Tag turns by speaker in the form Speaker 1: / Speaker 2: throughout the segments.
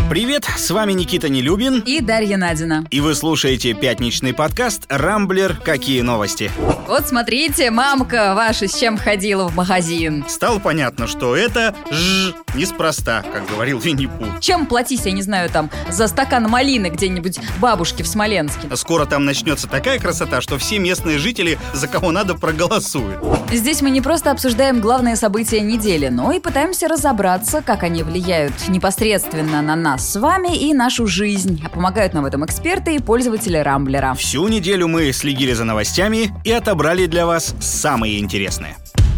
Speaker 1: Привет, с вами Никита Нелюбин
Speaker 2: и Дарья Надина.
Speaker 1: И вы слушаете пятничный подкаст «Рамблер. Какие новости?».
Speaker 2: Вот смотрите, мамка ваша с чем ходила в магазин.
Speaker 1: Стало понятно, что это неспроста, как говорил Винни-Пух.
Speaker 2: Чем платить, я не знаю, там, за стакан малины где-нибудь бабушки в Смоленске.
Speaker 1: Скоро там начнется такая красота, что все местные жители, за кого надо, проголосуют.
Speaker 2: Здесь мы не просто обсуждаем главные события недели, но и пытаемся разобраться, как они влияют непосредственно на нас с вами и нашу жизнь. А помогают нам в этом эксперты и пользователи Рамблера.
Speaker 1: Всю неделю мы следили за новостями и отобрали для вас самые интересные.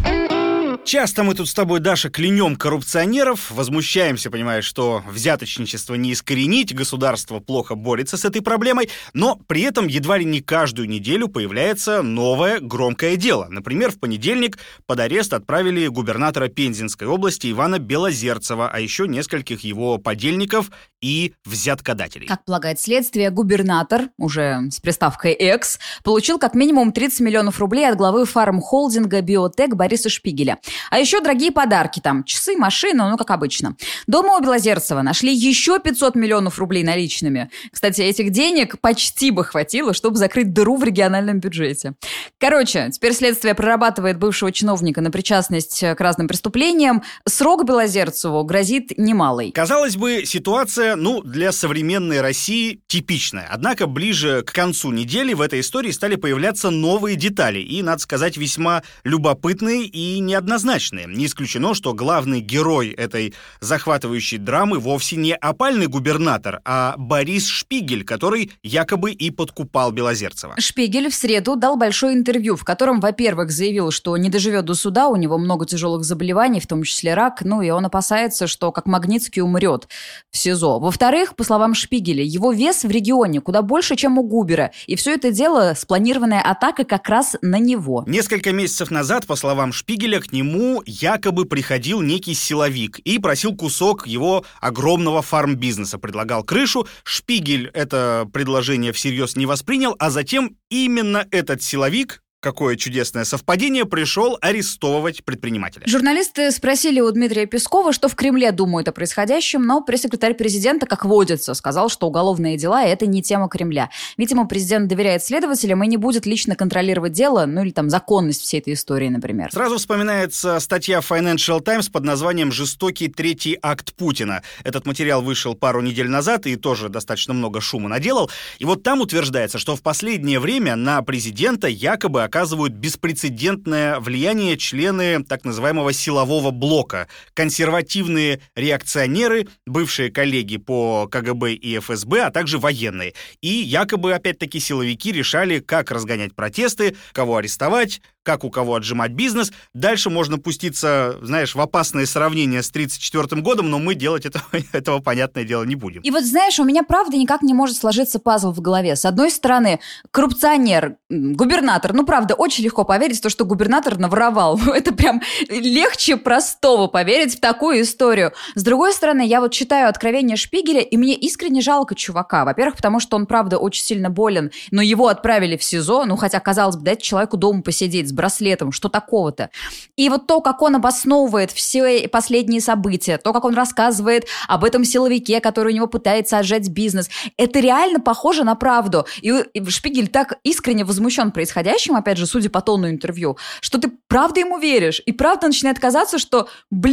Speaker 1: Часто мы тут с тобой, Даша, клянем коррупционеров, возмущаемся, понимаешь, что взяточничество не искоренить, государство плохо борется с этой проблемой, но при этом едва ли не каждую неделю появляется новое громкое дело. Например, в понедельник под арест отправили губернатора Пензенской области Ивана Белозерцева, а еще нескольких его подельников и взяткодателей.
Speaker 2: Как полагает следствие, губернатор, уже с приставкой «экс», получил как минимум 30 миллионов рублей от главы фармхолдинга «Биотек» Бориса Шпигеля. А еще дорогие подарки, там, часы, машины, ну, как обычно. Дома у Белозерцева нашли еще 500 миллионов рублей наличными. Кстати, этих денег почти бы хватило, чтобы закрыть дыру в региональном бюджете. Короче, теперь следствие прорабатывает бывшего чиновника на причастность к разным преступлениям. Срок Белозерцеву грозит немалый.
Speaker 1: Казалось бы, ситуация, для современной России типичная. Однако ближе к концу недели в этой истории стали появляться новые детали. И, надо сказать, весьма любопытные и неоднозначные. Не исключено, что главный герой этой захватывающей драмы вовсе не опальный губернатор, а Борис Шпигель, который якобы и подкупал Белозерцева.
Speaker 2: Шпигель в среду дал большое интервью, в котором, во-первых, заявил, что не доживет до суда, у него много тяжелых заболеваний, в том числе рак, и он опасается, что, как Магнитский, умрет в СИЗО. Во-вторых, по словам Шпигеля, его вес в регионе куда больше, чем у Губера, и все это дело спланированная атака как раз на него.
Speaker 1: Несколько месяцев назад, по словам Шпигеля, к нему якобы приходил некий силовик и просил кусок его огромного фармбизнеса, предлагал крышу. Шпигель это предложение всерьез не воспринял, а затем именно этот силовик, какое чудесное совпадение, пришел арестовывать предпринимателя.
Speaker 2: Журналисты спросили у Дмитрия Пескова, что в Кремле думают о происходящем, но пресс-секретарь президента, как водится, сказал, что уголовные дела – это не тема Кремля. Видимо, президент доверяет следователям и не будет лично контролировать дело, или законность всей этой истории, например.
Speaker 1: Сразу вспоминается статья Financial Times под названием «Жестокий третий акт Путина». Этот материал вышел пару недель назад и тоже достаточно много шума наделал. И вот там утверждается, что в последнее время на президента якобы оказывают беспрецедентное влияние члены так называемого силового блока. Консервативные реакционеры, бывшие коллеги по КГБ и ФСБ, а также военные. И якобы, опять-таки, силовики решали, как разгонять протесты, кого арестовать, как у кого отжимать бизнес. Дальше можно пуститься, в опасные сравнения с 1934 годом, но мы делать этого, понятное дело, не будем.
Speaker 2: И вот, у меня правда никак не может сложиться пазл в голове. С одной стороны, коррупционер, губернатор, правда, очень легко поверить в то, что губернатор наворовал. Это прям легче простого поверить в такую историю. С другой стороны, я читаю откровения Шпигеля, и мне искренне жалко чувака. Во-первых, потому что он, правда, очень сильно болен, но его отправили в СИЗО, хотя, казалось бы, дайте человеку дома посидеть с браслетом, что такого-то. И вот то, как он обосновывает все последние события, то, как он рассказывает об этом силовике, который у него пытается отжать бизнес, это реально похоже на правду. И Шпигель так искренне возмущен происходящим, опять же, судя по тону интервью, что ты правда ему веришь. И правда начинает казаться, что,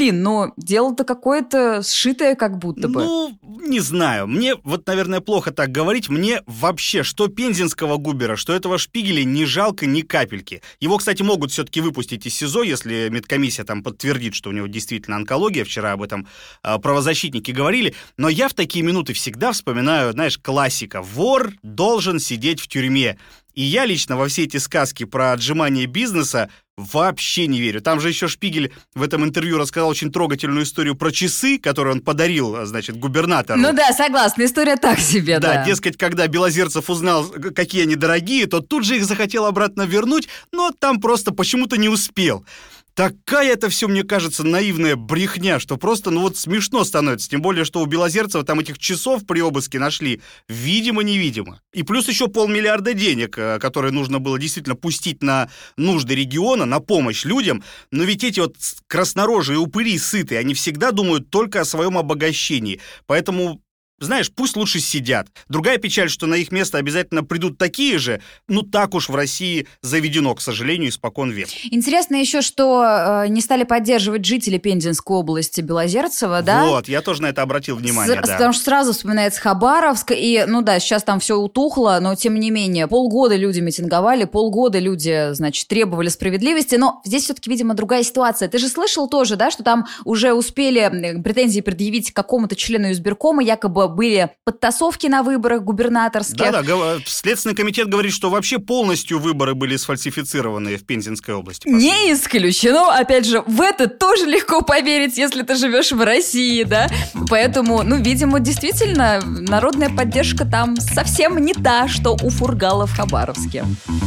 Speaker 2: дело-то какое-то сшитое как будто бы.
Speaker 1: Не знаю. Мне наверное, плохо так говорить. Мне вообще, что пензенского губера, что этого Шпигеля не жалко ни капельки. Его, кстати, могут все-таки выпустить из СИЗО, если медкомиссия там подтвердит, что у него действительно онкология. Вчера об этом правозащитники говорили. Но я в такие минуты всегда вспоминаю, классика. Вор должен сидеть в тюрьме. И я лично во все эти сказки про отжимание бизнеса вообще не верю. Там же еще Шпигель в этом интервью рассказал очень трогательную историю про часы, которые он подарил, губернатору.
Speaker 2: Согласна, история так себе, да.
Speaker 1: Дескать, когда Белозерцев узнал, какие они дорогие, то тут же их захотел обратно вернуть, но там просто почему-то не успел. Такая это все, мне кажется, наивная брехня, что просто, смешно становится. Тем более, что у Белозерцева там этих часов при обыске нашли видимо-невидимо. И плюс еще 500 миллиарда денег, которые нужно было действительно пустить на нужды региона, на помощь людям. Но ведь эти краснорожие упыри сытые, они всегда думают только о своем обогащении. Поэтому знаешь, пусть лучше сидят. Другая печаль, что на их место обязательно придут такие же. Так уж в России заведено, к сожалению, испокон век.
Speaker 2: Интересно еще, что не стали поддерживать жители Пензенской области Белозерцева, да?
Speaker 1: Вот, я тоже на это обратил внимание, да.
Speaker 2: Потому что сразу вспоминается Хабаровск, и, сейчас там все утухло, но, тем не менее, полгода люди митинговали, полгода люди, требовали справедливости, но здесь все-таки, видимо, другая ситуация. Ты же слышал тоже, да, что там уже успели претензии предъявить какому-то члену избиркома, якобы были подтасовки на выборах губернаторских.
Speaker 1: Да, Следственный комитет говорит, что вообще полностью выборы были сфальсифицированы в Пензенской области.
Speaker 2: Не исключено. Опять же, в это тоже легко поверить, если ты живешь в России, да? Поэтому, видимо, действительно, народная поддержка там совсем не та, что у Фургала в Хабаровске.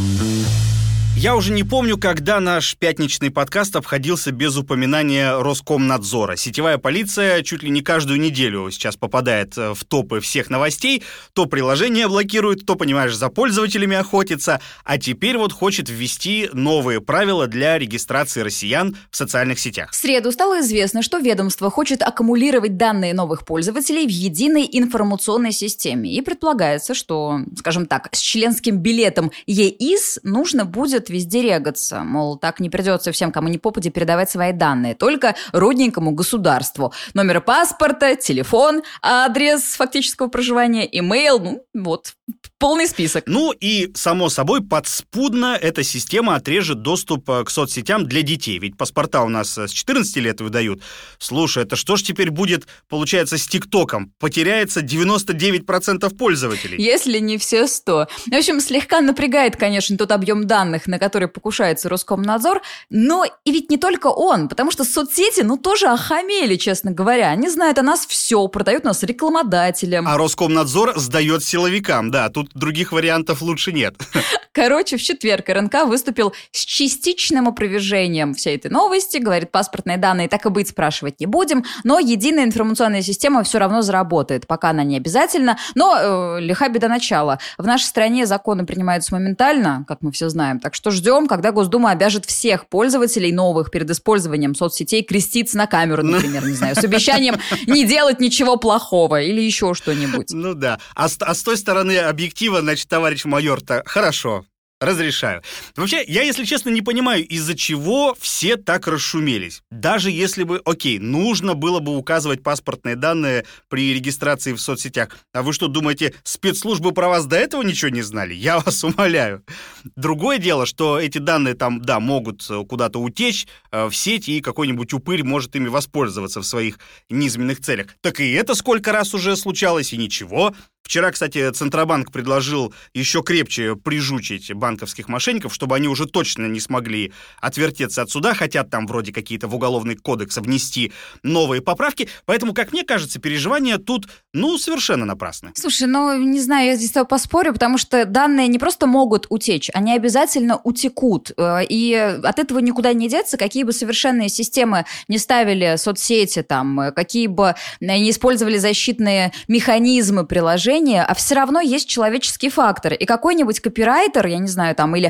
Speaker 1: Я уже не помню, когда наш пятничный подкаст обходился без упоминания Роскомнадзора. Сетевая полиция чуть ли не каждую неделю сейчас попадает в топы всех новостей. То приложение блокирует, то, понимаешь, за пользователями охотится. А теперь хочет ввести новые правила для регистрации россиян в социальных сетях.
Speaker 2: В среду стало известно, что ведомство хочет аккумулировать данные новых пользователей в единой информационной системе. И предполагается, что, скажем так, с членским билетом ЕИС нужно будет везде регаться. Мол, так не придется всем, кому ни попади, передавать свои данные. Только родненькому государству. Номер паспорта, телефон, адрес фактического проживания, имейл, полный список.
Speaker 1: И, само собой, подспудно эта система отрежет доступ к соцсетям для детей. Ведь паспорта у нас с 14 лет выдают. Слушай, это что ж теперь будет, получается, с ТикТоком? Потеряется 99% пользователей.
Speaker 2: Если не все 100. В общем, слегка напрягает, конечно, тот объем данных, на который покушается Роскомнадзор, но и ведь не только он, потому что соцсети, тоже охамели, честно говоря. Они знают о нас все, продают нас рекламодателям.
Speaker 1: А Роскомнадзор сдает силовикам, да, тут других вариантов лучше нет.
Speaker 2: Короче, в четверг РНК выступил с частичным опровержением всей этой новости. Говорит, паспортные данные так и быть спрашивать не будем, но единая информационная система все равно заработает. Пока она не обязательна, но лиха беда начала. В нашей стране законы принимаются моментально, как мы все знаем, так что ждем, когда Госдума обяжет всех пользователей новых перед использованием соцсетей креститься на камеру, например, не знаю, с обещанием не делать ничего плохого или еще что-нибудь.
Speaker 1: Да. А с той стороны объектива, товарищ майор-то хорошо. Разрешаю. Вообще, я, если честно, не понимаю, из-за чего все так расшумелись. Даже если бы, нужно было бы указывать паспортные данные при регистрации в соцсетях. А вы что, думаете, спецслужбы про вас до этого ничего не знали? Я вас умоляю. Другое дело, что эти данные могут куда-то утечь в сеть, и какой-нибудь упырь может ими воспользоваться в своих низменных целях. Так и это сколько раз уже случалось, и ничего. Вчера, кстати, Центробанк предложил еще крепче прижучить банковских мошенников, чтобы они уже точно не смогли отвертеться от суда, хотят там вроде какие-то в уголовный кодекс внести новые поправки. Поэтому, как мне кажется, переживания тут, совершенно напрасны.
Speaker 2: Слушай, не знаю, я здесь с тобой поспорю, потому что данные не просто могут утечь, они обязательно утекут. И от этого никуда не деться, какие бы совершенные системы не ставили соцсети, какие бы не использовали защитные механизмы приложения, а все равно есть человеческий фактор. И какой-нибудь копирайтер, я не знаю, или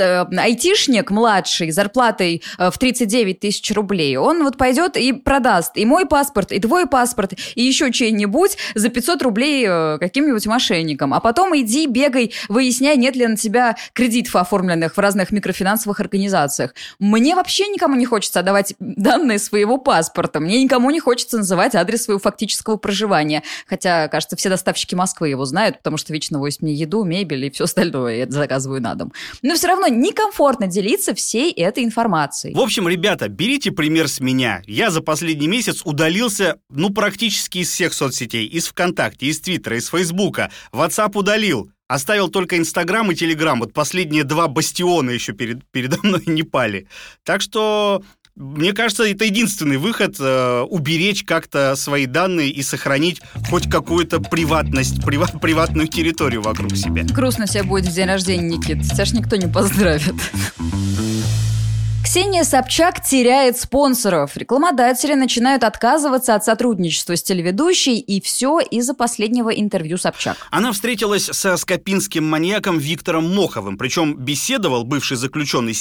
Speaker 2: айтишник младший, зарплатой в 39 тысяч рублей, он пойдет и продаст и мой паспорт, и твой паспорт, и еще чей-нибудь за 500 рублей каким-нибудь мошенникам. А потом иди, бегай, выясняй, нет ли на тебя кредитов, оформленных в разных микрофинансовых организациях. Мне вообще никому не хочется отдавать данные своего паспорта. Мне никому не хочется называть адрес своего фактического проживания. Хотя, кажется, все доставщики Москвы его знают, потому что вечно возят мне еду, мебель и все остальное. Я это заказываю на дом. Но все равно некомфортно делиться всей этой информацией.
Speaker 1: В общем, ребята, берите пример с меня. Я за последний месяц удалился, практически из всех соцсетей. Из ВКонтакте, из Твиттера, из Фейсбука. WhatsApp удалил. Оставил только Инстаграм и Телеграм. Последние 2 бастиона еще передо мной не пали. Так что... Мне кажется, это единственный выход уберечь как-то свои данные и сохранить хоть какую-то приватность, приватную территорию вокруг себя.
Speaker 2: Грустно себе будет в день рождения, Никит. Тебя ж никто не поздравит. Ксения Собчак теряет спонсоров. Рекламодатели начинают отказываться от сотрудничества с телеведущей, и все из-за последнего интервью Собчак.
Speaker 1: Она встретилась со скопинским маньяком Виктором Моховым, причем беседовал бывший заключенный с ней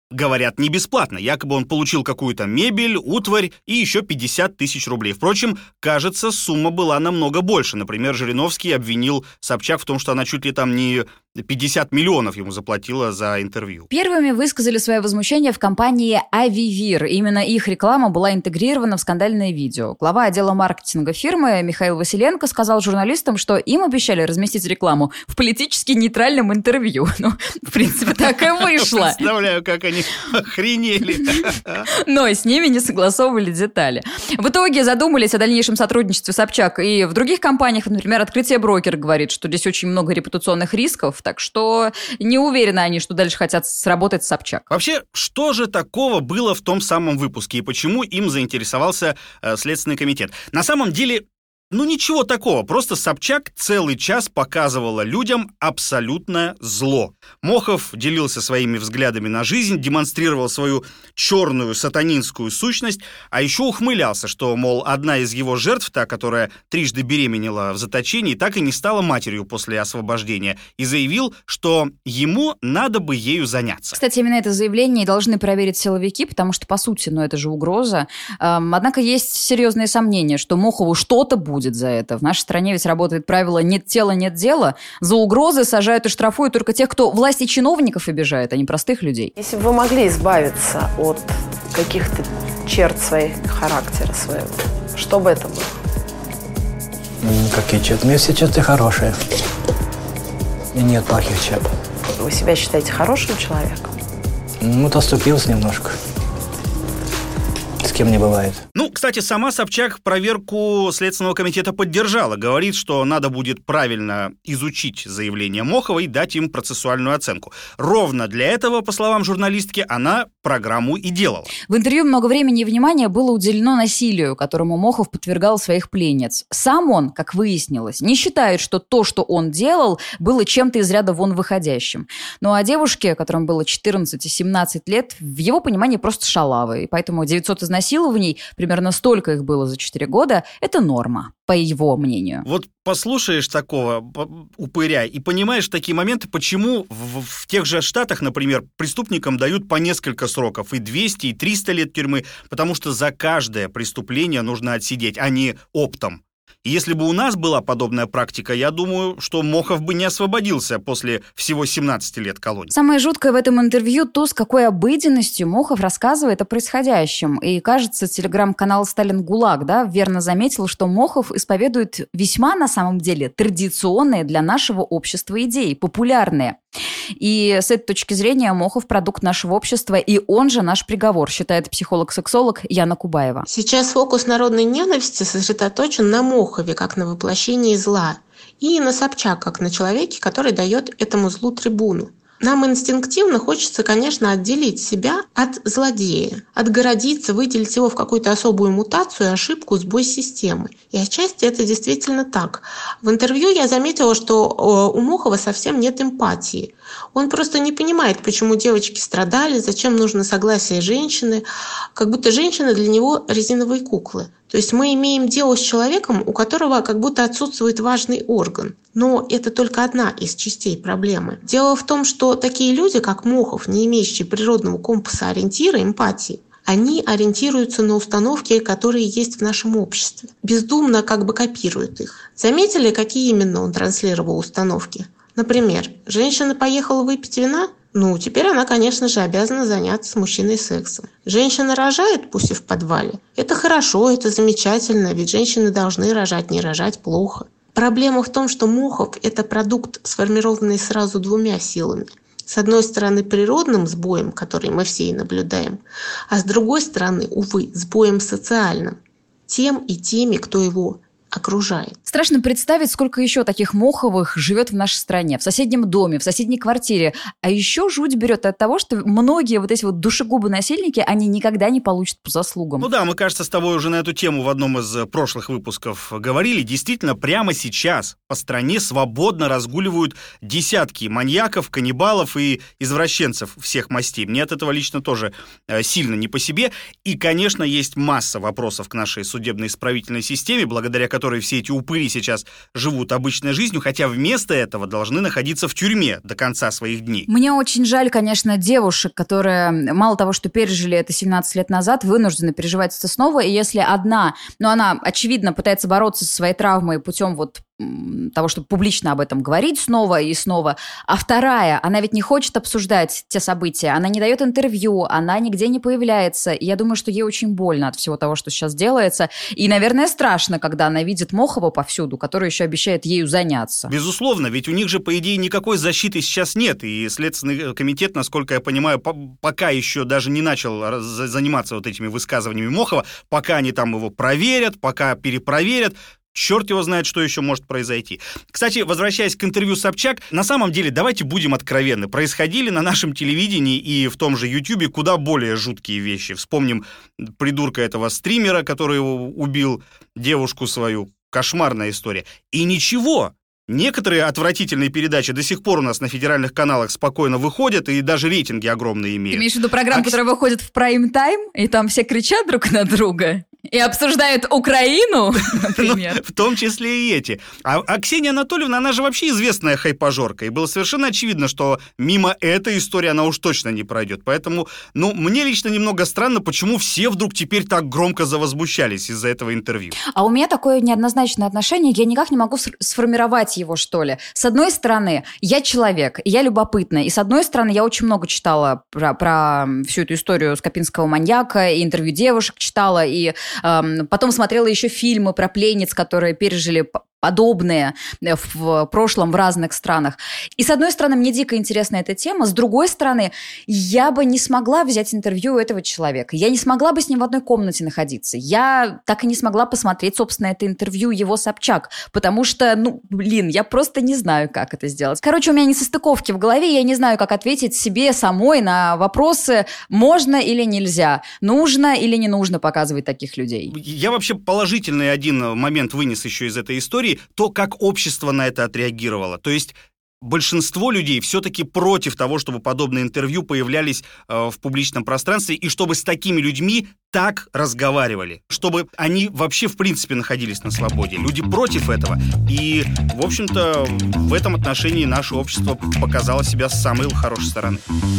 Speaker 1: говорят, не бесплатно. Якобы он получил какую-то мебель, утварь и еще 50 тысяч рублей. Впрочем, кажется, сумма была намного больше. Например, Жириновский обвинил Собчак в том, что она чуть ли там не 50 миллионов ему заплатила за интервью.
Speaker 2: Первыми высказали свое возмущение в компании «Авивир». Именно их реклама была интегрирована в скандальное видео. Глава отдела маркетинга фирмы Михаил Василенко сказал журналистам, что им обещали разместить рекламу в политически нейтральном интервью. Ну, в принципе, так и вышло.
Speaker 1: Представляю, как они охренели.
Speaker 2: Но с ними не согласовывали детали. В итоге задумались о дальнейшем сотрудничестве Собчак и в других компаниях. Например, «Открытие брокер» говорит, что здесь очень много репутационных рисков, так что не уверены они, что дальше хотят сработать с Собчак.
Speaker 1: Вообще, что же такого было в том самом выпуске и почему им заинтересовался Следственный комитет? На самом деле, ничего такого, просто Собчак целый час показывала людям абсолютное зло. Мохов делился своими взглядами на жизнь, демонстрировал свою черную сатанинскую сущность, а еще ухмылялся, что, мол, одна из его жертв, та, которая трижды беременела в заточении, так и не стала матерью после освобождения, и заявил, что ему надо бы ею заняться.
Speaker 2: Кстати, именно это заявление должны проверить силовики, потому что, по сути, это же угроза. Однако есть серьезные сомнения, что Мохову что-то будет за это. В нашей стране ведь работает правило «нет тела, нет дела». За угрозы сажают и штрафуют только тех, кто власти чиновников обижает, а не простых людей.
Speaker 3: Если бы вы могли избавиться от каких-то черт своих характера своего, что бы это было?
Speaker 4: Какие черты? У меня все черты хорошие. И нет плохих черт.
Speaker 3: Вы себя считаете хорошим человеком?
Speaker 4: Оступился немножко. С кем не бывает.
Speaker 1: Кстати, сама Собчак проверку Следственного комитета поддержала. Говорит, что надо будет правильно изучить заявление Мохова и дать им процессуальную оценку. Ровно для этого, по словам журналистки, она программу и делала.
Speaker 2: В интервью много времени и внимания было уделено насилию, которому Мохов подвергал своих пленниц. Сам он, как выяснилось, не считает, что то, что он делал, было чем-то из ряда вон выходящим. А девушке, которым было 14 и 17 лет, в его понимании просто шалавы. И поэтому 900 изнасилований, примерно столько их было за 4 года, это норма, по его мнению.
Speaker 1: Вот послушаешь такого упыря и понимаешь в такие моменты, почему в тех же Штатах, например, преступникам дают по несколько сроков, и 200, и 300 лет тюрьмы, потому что за каждое преступление нужно отсидеть, а не оптом. И если бы у нас была подобная практика, я думаю, что Мохов бы не освободился после всего 17 лет колонии.
Speaker 2: Самое жуткое в этом интервью то, с какой обыденностью Мохов рассказывает о происходящем. И, кажется, телеграм-канал «Сталин ГУЛАГ» верно заметил, что Мохов исповедует весьма, на самом деле, традиционные для нашего общества идеи, популярные. И с этой точки зрения Мохов – продукт нашего общества, и он же наш приговор, считает психолог-сексолог Яна Кубаева.
Speaker 5: Сейчас фокус народной ненависти сосредоточен на Мохове, как на воплощении зла, и на Собчак, как на человеке, который дает этому злу трибуну. Нам инстинктивно хочется, конечно, отделить себя от злодея, отгородиться, выделить его в какую-то особую мутацию, ошибку, сбой системы. И отчасти это действительно так. В интервью я заметила, что у Мохова совсем нет эмпатии. Он просто не понимает, почему девочки страдали, зачем нужно согласие женщины, как будто женщины для него резиновые куклы. То есть мы имеем дело с человеком, у которого как будто отсутствует важный орган. Но это только одна из частей проблемы. Дело в том, что такие люди, как Мохов, не имеющие природного компаса ориентира, эмпатии, они ориентируются на установки, которые есть в нашем обществе. Бездумно копируют их. Заметили, какие именно он транслировал установки? Например, женщина поехала выпить вина? Теперь она, конечно же, обязана заняться с мужчиной сексом. Женщина рожает, пусть и в подвале. Это хорошо, это замечательно, ведь женщины должны рожать, не рожать плохо. Проблема в том, что Мохов – это продукт, сформированный сразу двумя силами. С одной стороны, природным сбоем, который мы все и наблюдаем, а с другой стороны, увы, сбоем социальным. Тем и теми, кто его окружает.
Speaker 2: Страшно представить, сколько еще таких Моховых живет в нашей стране, в соседнем доме, в соседней квартире. А еще жуть берет от того, что многие эти душегубы-насильники, они никогда не получат по заслугам.
Speaker 1: Мы, кажется, с тобой уже на эту тему в одном из прошлых выпусков говорили. Действительно, прямо сейчас по стране свободно разгуливают десятки маньяков, каннибалов и извращенцев всех мастей. Мне от этого лично тоже сильно не по себе. И, конечно, есть масса вопросов к нашей судебно-исправительной системе, благодаря которой которой все эти упыри сейчас живут обычной жизнью, хотя вместо этого должны находиться в тюрьме до конца своих дней.
Speaker 2: Мне очень жаль, конечно, девушек, которые мало того, что пережили это 17 лет назад, вынуждены переживать это снова, и если одна, она, очевидно, пытается бороться со своей травмой путем того, чтобы публично об этом говорить снова и снова, а вторая, она ведь не хочет обсуждать те события, она не дает интервью, она нигде не появляется, и я думаю, что ей очень больно от всего того, что сейчас делается, и, наверное, страшно, когда она видит Мохова повсюду, который еще обещает ею заняться.
Speaker 1: Безусловно, ведь у них же, по идее, никакой защиты сейчас нет, и Следственный комитет, насколько я понимаю, пока еще даже не начал заниматься вот этими высказываниями Мохова, пока они там его проверят, пока перепроверят. Черт его знает, что еще может произойти. Кстати, возвращаясь к интервью Собчак, на самом деле, давайте будем откровенны. Происходили на нашем телевидении и в том же Ютьюбе куда более жуткие вещи. Вспомним придурка этого стримера, который убил девушку свою. Кошмарная история. И ничего. Некоторые отвратительные передачи до сих пор у нас на федеральных каналах спокойно выходят, и даже рейтинги огромные имеют.
Speaker 2: Ты имеешь в виду программу, которая выходит в прайм-тайм, и там все кричат друг на друга? И обсуждают Украину, например.
Speaker 1: В том числе и эти. А Ксения Анатольевна, она же вообще известная хайпажорка. И было совершенно очевидно, что мимо этой истории она уж точно не пройдет. Поэтому, мне лично немного странно, почему все вдруг теперь так громко завозмущались из-за этого интервью.
Speaker 2: А у меня такое неоднозначное отношение, я никак не могу сформировать его, что ли. С одной стороны, я человек, я любопытна. И с одной стороны, я очень много читала про всю эту историю Скопинского маньяка, и интервью девушек читала, и потом смотрела еще фильмы про пленниц, которые пережили подобные в прошлом в разных странах. И с одной стороны, мне дико интересна эта тема, с другой стороны, я бы не смогла взять интервью у этого человека, я не смогла бы с ним в одной комнате находиться, я так и не смогла посмотреть, собственно, это интервью его Собчак, потому что, я просто не знаю, как это сделать. Короче, у меня несостыковки в голове, я не знаю, как ответить себе самой на вопросы, можно или нельзя, нужно или не нужно показывать таких людей.
Speaker 1: Я вообще положительный один момент вынес еще из этой истории, то, как общество на это отреагировало. То есть большинство людей все-таки против того, чтобы подобные интервью появлялись в публичном пространстве и чтобы с такими людьми так разговаривали, чтобы они вообще в принципе находились на свободе. Люди против этого. И, в общем-то, в этом отношении наше общество показало себя с самой хорошей стороны.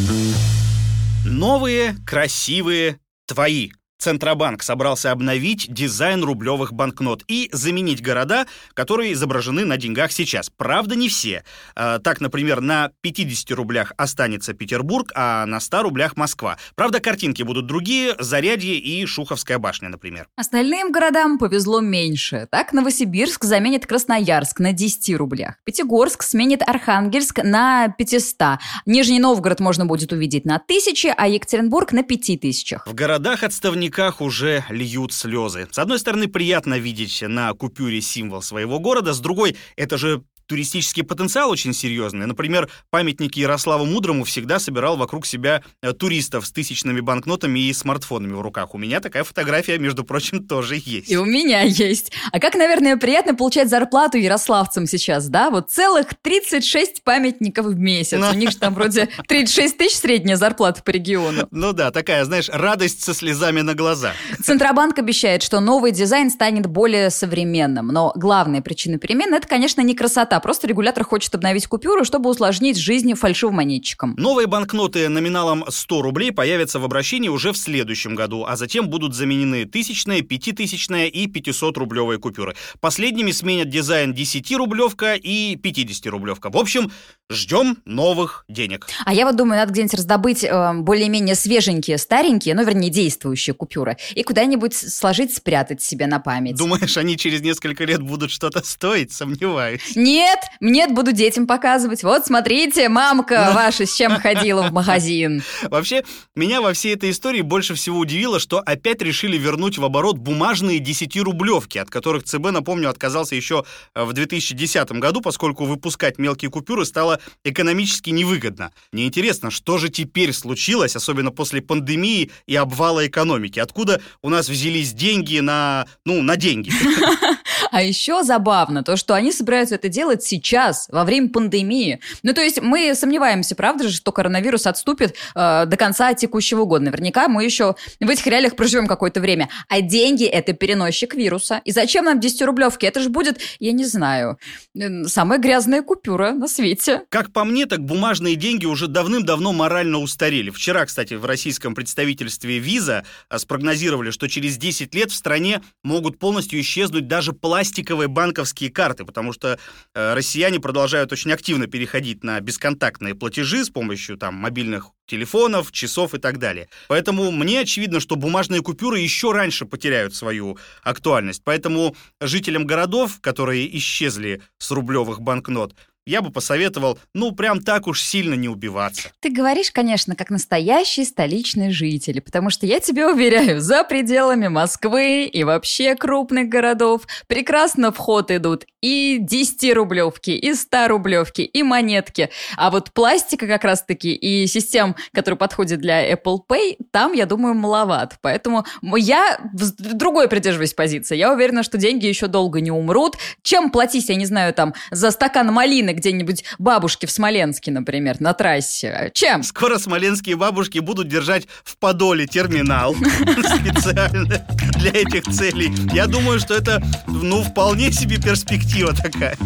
Speaker 1: Новые, красивые, твои. Центробанк собрался обновить дизайн рублевых банкнот и заменить города, которые изображены на деньгах сейчас. Правда, не все. Так, например, на 50 рублях останется Петербург, а на 100 рублях Москва. Правда, картинки будут другие, Зарядье и Шуховская башня, например.
Speaker 2: Остальным городам повезло меньше. Так, Новосибирск заменит Красноярск на 10 рублях. Пятигорск сменит Архангельск на 500. Нижний Новгород можно будет увидеть на 1000, а Екатеринбург на 5000.
Speaker 1: В городах-отставниках уже льют слезы. С одной стороны, приятно видеть на купюре символ своего города, с другой, это же туристический потенциал очень серьезный. Например, памятник Ярославу Мудрому всегда собирал вокруг себя туристов с тысячными банкнотами и смартфонами в руках. У меня такая фотография, между прочим, тоже есть.
Speaker 2: И у меня есть. А как, наверное, приятно получать зарплату ярославцам сейчас, да? Вот целых 36 памятников в месяц. У них же там вроде 36 тысяч средняя зарплата по региону.
Speaker 1: Ну да, такая, знаешь, радость со слезами на глазах.
Speaker 2: Центробанк обещает, что новый дизайн станет более современным. Но главная причина перемен – это, конечно, не красота. Просто регулятор хочет обновить купюру, чтобы усложнить жизнь фальшивомонетчикам.
Speaker 1: Новые банкноты номиналом 100 рублей появятся в обращении уже в следующем году, а затем будут заменены 1000-е, 5000-е и 500-рублевые купюры. Последними сменят дизайн 10-рублевка и 50-рублевка. В общем, ждем новых денег.
Speaker 2: А я вот думаю, надо где-нибудь раздобыть более-менее свеженькие, старенькие, вернее, действующие купюры и куда-нибудь сложить, спрятать себе на память.
Speaker 1: Думаешь, они через несколько лет будут что-то стоить? Сомневаюсь.
Speaker 2: Нет, буду детям показывать. Вот, смотрите, мамка ваша с чем ходила в магазин.
Speaker 1: Вообще, меня во всей этой истории больше всего удивило, что опять решили вернуть в оборот бумажные 10-рублевки, от которых ЦБ, напомню, отказался еще в 2010 году, поскольку выпускать мелкие купюры стало экономически невыгодно. Мне интересно, что же теперь случилось, особенно после пандемии и обвала экономики? Откуда у нас взялись деньги на деньги?
Speaker 2: А еще забавно то, что они собираются это делать делать сейчас, во время пандемии? Ну, то есть мы сомневаемся, правда же, что коронавирус отступит до конца текущего года. Наверняка мы еще в этих реалиях проживем какое-то время. А деньги – это переносчик вируса. И зачем нам 10-рублевки? Это же будет, я не знаю, самая грязная купюра на свете.
Speaker 1: Как по мне, так бумажные деньги уже давным-давно морально устарели. Вчера, кстати, в российском представительстве Visa спрогнозировали, что через 10 лет в стране могут полностью исчезнуть даже пластиковые банковские карты, потому что россияне продолжают очень активно переходить на бесконтактные платежи с помощью мобильных телефонов, часов и так далее. Поэтому мне очевидно, что бумажные купюры еще раньше потеряют свою актуальность. Поэтому жителям городов, которые исчезли с рублевых банкнот, я бы посоветовал, прям так уж сильно не убиваться.
Speaker 2: Ты говоришь, конечно, как настоящий столичный житель, потому что я тебе уверяю, за пределами Москвы и вообще крупных городов прекрасно в ход идут и 10-рублевки, и 100-рублевки, и монетки. А вот пластика как раз-таки и систем, которые подходят для Apple Pay, там, я думаю, маловат. Поэтому я другой придерживаюсь позиции. Я уверена, что деньги еще долго не умрут. Чем платить, я не знаю, за стакан малины где-нибудь бабушки в Смоленске, например, на трассе. Чем?
Speaker 1: Скоро смоленские бабушки будут держать в Подоле терминал специально для этих целей. Я думаю, что это, вполне себе перспектива такая.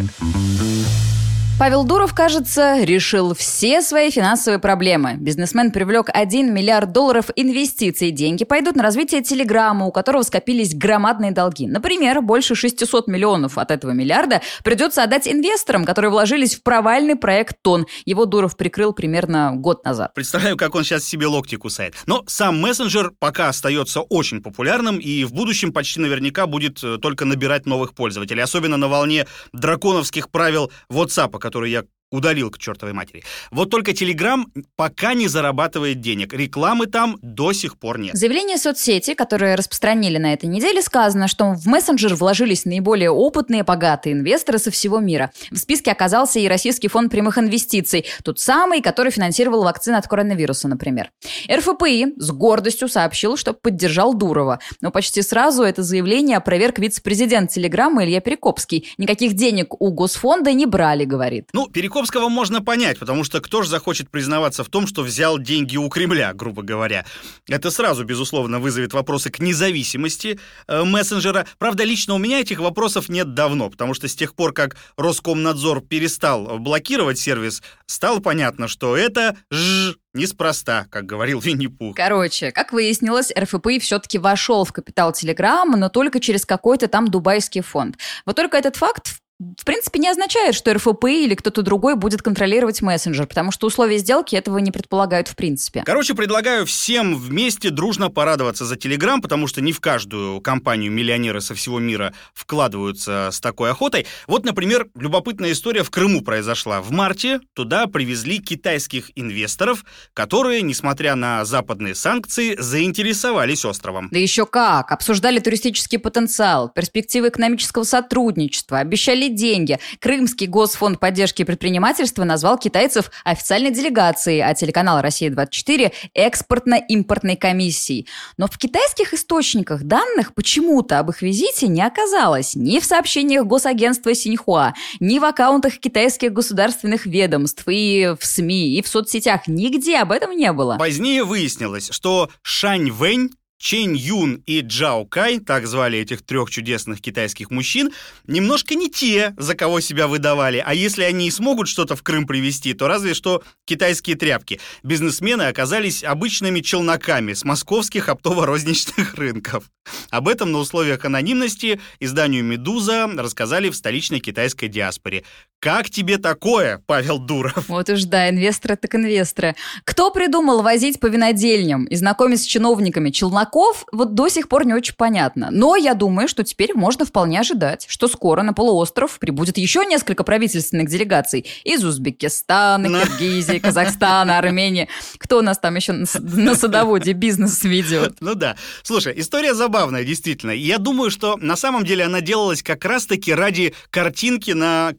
Speaker 2: Павел Дуров, кажется, решил все свои финансовые проблемы. Бизнесмен привлек $1 миллиард инвестиций. Деньги пойдут на развитие Телеграма, у которого скопились громадные долги. Например, больше 600 миллионов от этого миллиарда придется отдать инвесторам, которые вложились в провальный проект ТОН. Его Дуров прикрыл примерно год назад.
Speaker 1: Представляю, как он сейчас себе локти кусает. Но сам мессенджер пока остается очень популярным и в будущем почти наверняка будет только набирать новых пользователей. Особенно на волне драконовских правил WhatsApp, который я удалил к чертовой матери. Вот только Telegram пока не зарабатывает денег. Рекламы там до сих пор нет.
Speaker 2: В заявлении соцсети, которые распространили на этой неделе, сказано, что в мессенджер вложились наиболее опытные, богатые инвесторы со всего мира. В списке оказался и Российский фонд прямых инвестиций, тот самый, который финансировал вакцины от коронавируса, например. РФПИ с гордостью сообщил, что поддержал Дурова. Но почти сразу это заявление опроверг вице-президент Телеграма Илья Перекопский. Никаких денег у Госфонда не брали, говорит.
Speaker 1: Перекопского можно понять, потому что кто же захочет признаваться в том, что взял деньги у Кремля, грубо говоря. Это сразу, безусловно, вызовет вопросы к независимости мессенджера. Правда, лично у меня этих вопросов нет давно, потому что с тех пор, как Роскомнадзор перестал блокировать сервис, стало понятно, что это неспроста, как говорил Винни-Пух.
Speaker 2: Короче, как выяснилось, РФПИ все-таки вошел в капитал Телеграма, но только через какой-то там дубайский фонд. Вот только этот факт в принципе, не означает, что РФПИ или кто-то другой будет контролировать мессенджер, потому что условия сделки этого не предполагают в принципе.
Speaker 1: Короче, предлагаю всем вместе дружно порадоваться за Telegram, потому что не в каждую компанию миллионеры со всего мира вкладываются с такой охотой. Вот, например, любопытная история в Крыму произошла. В марте туда привезли китайских инвесторов, которые, несмотря на западные санкции, заинтересовались островом.
Speaker 2: Да еще как! Обсуждали туристический потенциал, перспективы экономического сотрудничества, обещали деньги. Крымский Госфонд поддержки предпринимательства назвал китайцев официальной делегацией, а телеканал «Россия-24» – экспортно-импортной комиссией. Но в китайских источниках данных почему-то об их визите не оказалось ни в сообщениях госагентства Синьхуа, ни в аккаунтах китайских государственных ведомств, и в СМИ, и в соцсетях. Нигде об этом не было.
Speaker 1: Позднее выяснилось, что Шань Вэнь, Чэнь Юн и Джао Кай, так звали этих трех чудесных китайских мужчин, немножко не те, за кого себя выдавали. А если они и смогут что-то в Крым привезти, то разве что китайские тряпки. Бизнесмены оказались обычными челноками с московских оптово-розничных рынков. Об этом на условиях анонимности изданию «Медуза» рассказали в столичной китайской диаспоре. Как тебе такое, Павел Дуров?
Speaker 2: Вот уж да, инвесторы так инвесторы. Кто придумал возить по винодельням и знакомить с чиновниками челноков, вот до сих пор не очень понятно. Но я думаю, что теперь можно вполне ожидать, что скоро на полуостров прибудет еще несколько правительственных делегаций из Узбекистана, Киргизии, Казахстана, Армении. Кто у нас там еще на садоводе бизнес ведет?
Speaker 1: Ну да. Слушай, история забавная, действительно. Я думаю, что на самом деле она делалась как раз-таки ради картинки на канале «Россия-24».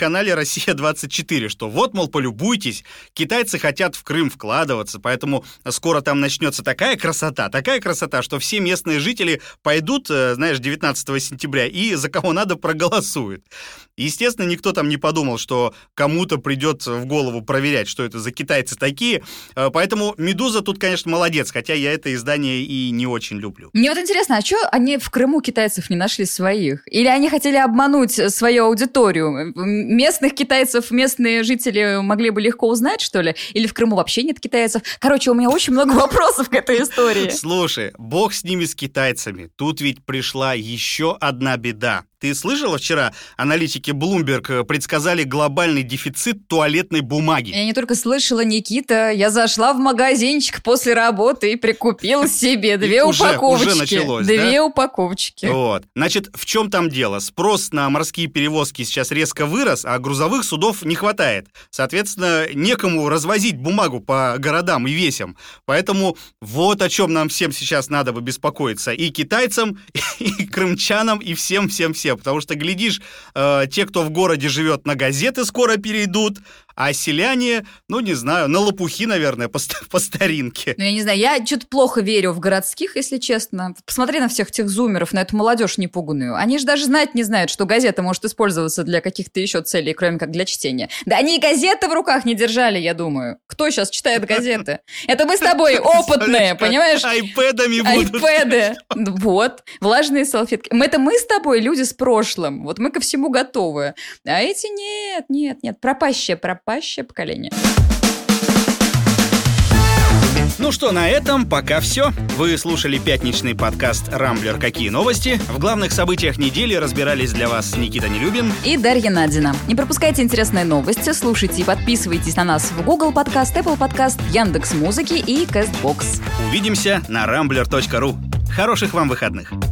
Speaker 1: «Россия-24», что вот, мол, полюбуйтесь, китайцы хотят в Крым вкладываться, поэтому скоро там начнется такая красота, что все местные жители пойдут, знаешь, 19 сентября и за кого надо проголосуют. Естественно, никто там не подумал, что кому-то придет в голову проверять, что это за китайцы такие, поэтому «Медуза» тут, конечно, молодец, хотя я это издание и не очень люблю.
Speaker 2: Мне вот интересно, а что они в Крыму китайцев не нашли своих? Или они хотели обмануть свою аудиторию? Местных китайцев местные жители могли бы легко узнать, что ли? Или в Крыму вообще нет китайцев? Короче, у меня очень много вопросов к этой истории.
Speaker 1: Слушай, бог с ними, с китайцами. Тут ведь пришла еще одна беда. Ты слышала вчера, аналитики Bloomberg предсказали глобальный дефицит туалетной бумаги?
Speaker 2: Я не только слышала, Никита, я зашла в магазинчик после работы и прикупила себе две упаковочки.
Speaker 1: Уже началось,
Speaker 2: две упаковочки.
Speaker 1: Вот. Значит, в чем там дело? Спрос на морские перевозки сейчас резко вырос, а грузовых судов не хватает. Соответственно, некому развозить бумагу по городам и весям. Поэтому вот о чем нам всем сейчас надо бы беспокоиться. И китайцам, и крымчанам, и всем-всем-всем. Потому что, глядишь, те, кто в городе живет, на газеты скоро перейдут, а селяне, не знаю, на лопухи, наверное, по старинке.
Speaker 2: Я не знаю, я что-то плохо верю в городских, если честно. Посмотри на всех тех зумеров, на эту молодежь непуганную. Они же даже знать не знают, что газета может использоваться для каких-то еще целей, кроме как для чтения. Да они и газеты в руках не держали, я думаю. Кто сейчас читает газеты? Это мы с тобой опытные, понимаешь?
Speaker 1: Айпэдами будут.
Speaker 2: Айпэды. Вот. Влажные салфетки. Это мы с тобой люди с прошлым. Вот мы ко всему готовы. А эти нет. Пропащее поколение.
Speaker 1: Ну что, на этом пока все. Вы слушали пятничный подкаст «Рамблер. Какие новости?». В главных событиях недели разбирались для вас Никита Нелюбин
Speaker 2: и Дарья Надина. Не пропускайте интересные новости, слушайте и подписывайтесь на нас в Google Подкаст, Apple Подкаст, Яндекс.Музыки и Castbox.
Speaker 1: Увидимся на rambler.ru. Хороших вам выходных.